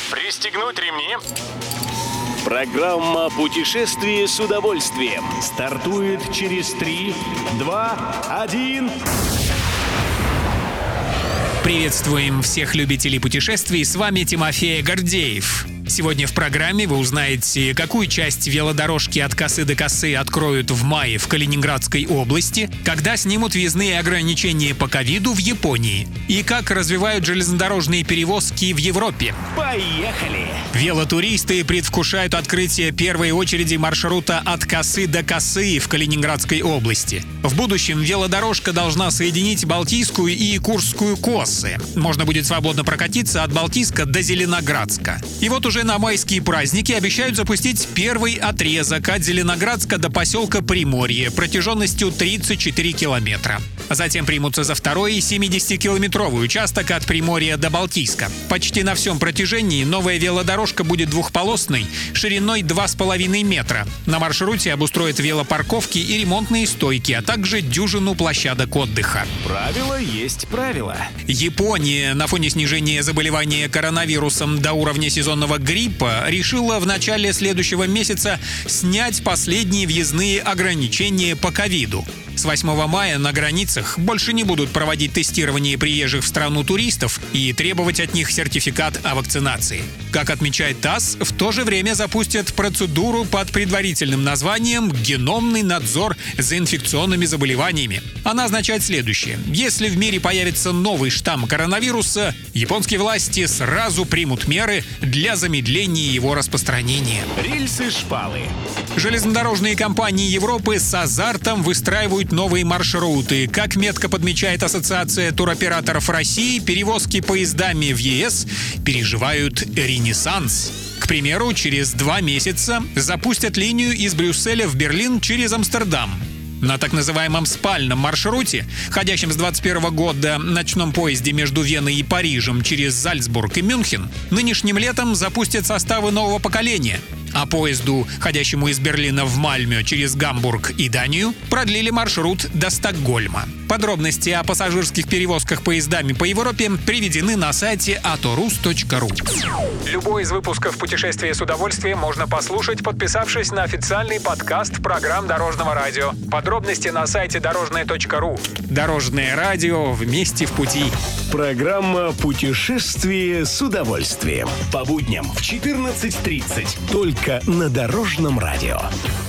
Пристегнуть ремни. Программа «Путешествие с удовольствием» стартует через 3, 2, 1... Приветствуем всех любителей путешествий, с вами Тимофей Гордеев. Сегодня в программе вы узнаете, какую часть велодорожки от косы до косы откроют в мае в Калининградской области, когда снимут въездные ограничения по ковиду в Японии и как развивают железнодорожные перевозки в Европе. Поехали! Велотуристы предвкушают открытие первой очереди маршрута от косы до косы в Калининградской области. В будущем велодорожка должна соединить Балтийскую и Курскую косы. Можно будет свободно прокатиться от Балтийска до Зеленоградска. И вот уже на майские праздники обещают запустить первый отрезок от Зеленоградска до поселка Приморье протяженностью 34 километра. Затем примутся за второй 70-километровый участок от Приморья до Балтийска. Почти на всем протяжении новая велодорожка будет двухполосной, шириной 2,5 метра. На маршруте обустроят велопарковки и ремонтные стойки, а также дюжину площадок отдыха. Правило есть правило. Япония на фоне снижения заболевания коронавирусом до уровня сезонного гриппа решила в начале следующего месяца снять последние въездные ограничения по ковиду. С 8 мая на границах больше не будут проводить тестирование приезжих в страну туристов и требовать от них сертификат о вакцинации. Как отмечает ТАСС, в то же время запустят процедуру под предварительным названием «Геномный надзор за инфекционными заболеваниями». Она означает следующее. Если в мире появится новый штамм коронавируса, японские власти сразу примут меры для замедления его распространения. Рельсы-шпалы. Железнодорожные компании Европы с азартом выстраивают новые маршруты. Как метко подмечает Ассоциация туроператоров России, перевозки поездами в ЕС переживают ренессанс. К примеру, через 2 месяца запустят линию из Брюсселя в Берлин через Амстердам. На так называемом спальном маршруте, ходящем с 2021 года ночном поезде между Веной и Парижем через Зальцбург и Мюнхен, нынешним летом запустят составы нового поколения. А поезду, ходящему из Берлина в Мальмё через Гамбург и Данию, продлили маршрут до Стокгольма. Подробности о пассажирских перевозках поездами по Европе приведены на сайте autorus.ru. Любой из выпусков «Путешествия с удовольствием» можно послушать, подписавшись на официальный подкаст программ Дорожного радио. Подробности на сайте дорожное.ру. Дорожное радио вместе в пути. Программа «Путешествие с удовольствием». По будням в 14:30. Только на Дорожном радио.